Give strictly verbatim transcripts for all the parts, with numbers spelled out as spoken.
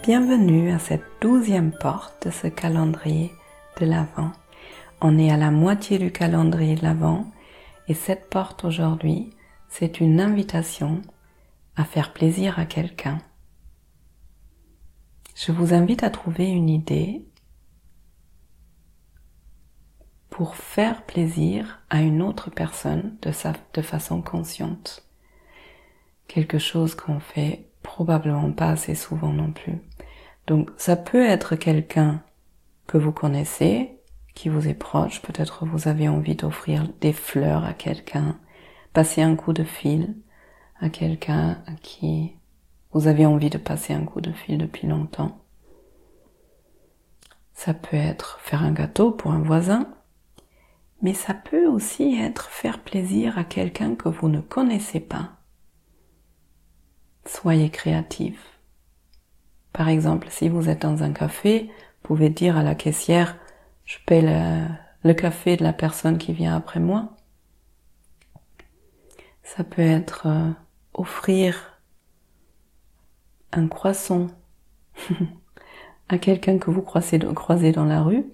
Bienvenue à cette douzième porte de ce calendrier de l'Avent. On est à la moitié du calendrier de l'Avent et cette porte aujourd'hui, c'est une invitation à faire plaisir à quelqu'un. Je vous invite à trouver une idée pour faire plaisir à une autre personne de, sa, de façon consciente. Quelque chose qu'on fait probablement pas assez souvent non plus. Donc ça peut être quelqu'un que vous connaissez, qui vous est proche, peut-être vous avez envie d'offrir des fleurs à quelqu'un, passer un coup de fil à quelqu'un à qui vous avez envie de passer un coup de fil depuis longtemps. Ça peut être faire un gâteau pour un voisin, mais ça peut aussi être faire plaisir à quelqu'un que vous ne connaissez pas. Soyez créatif. Par exemple, si vous êtes dans un café, vous pouvez dire à la caissière « Je paie le, le café de la personne qui vient après moi ». Ça peut être euh, offrir un croissant à quelqu'un que vous croisez, croisez dans la rue.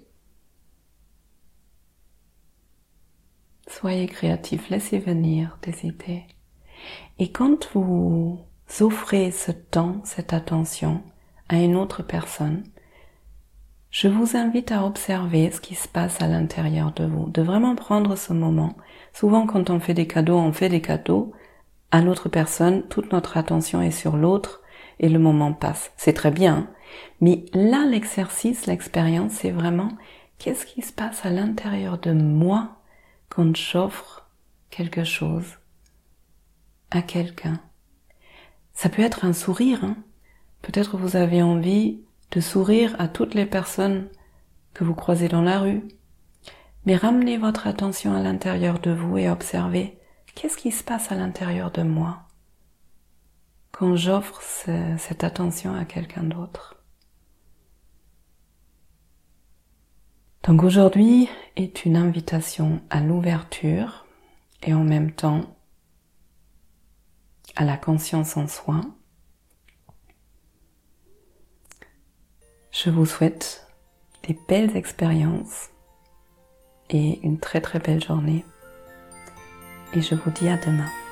Soyez créatif, laissez venir des idées. Et quand vous offrez ce temps, cette attention à une autre personne, je vous invite à observer ce qui se passe à l'intérieur de vous, de vraiment prendre ce moment. Souvent, quand on fait des cadeaux, on fait des cadeaux à l'autre personne, toute notre attention est sur l'autre et le moment passe. C'est très bien, mais là, l'exercice, l'expérience, c'est vraiment qu'est-ce qui se passe à l'intérieur de moi quand j'offre quelque chose à quelqu'un. Ça peut être un sourire, hein. Peut-être vous avez envie de sourire à toutes les personnes que vous croisez dans la rue. Mais ramenez votre attention à l'intérieur de vous et observez qu'est-ce qui se passe à l'intérieur de moi quand j'offre ce, cette attention à quelqu'un d'autre. Donc aujourd'hui est une invitation à l'ouverture et en même temps à la conscience en soi. Je vous souhaite des belles expériences et une très très belle journée. Et je vous dis à demain.